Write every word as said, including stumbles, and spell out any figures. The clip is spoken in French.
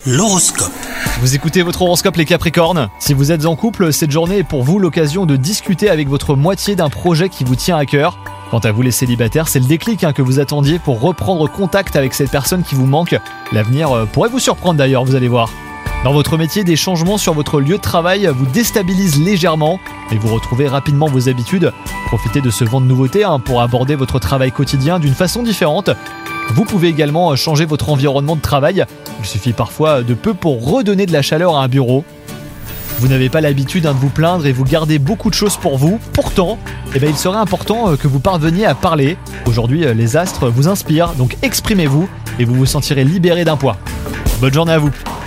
L'horoscope. Vous écoutez votre horoscope les Capricornes. Si vous êtes en couple, cette journée est pour vous l'occasion de discuter avec votre moitié d'un projet qui vous tient à cœur. Quant à vous les célibataires, c'est le déclic hein, que vous attendiez pour reprendre contact avec cette personne qui vous manque. L'avenir euh, pourrait vous surprendre d'ailleurs, vous allez voir. Dans votre métier, des changements sur votre lieu de travail vous déstabilisent légèrement et vous retrouvez rapidement vos habitudes. Profitez de ce vent de nouveauté hein, pour aborder votre travail quotidien d'une façon différente. Vous pouvez également changer votre environnement de travail. Il suffit parfois de peu pour redonner de la chaleur à un bureau. Vous n'avez pas l'habitude hein, de vous plaindre et vous gardez beaucoup de choses pour vous. Pourtant, eh ben, il serait important que vous parveniez à parler. Aujourd'hui, les astres vous inspirent, donc exprimez-vous et vous vous sentirez libéré d'un poids. Bonne journée à vous.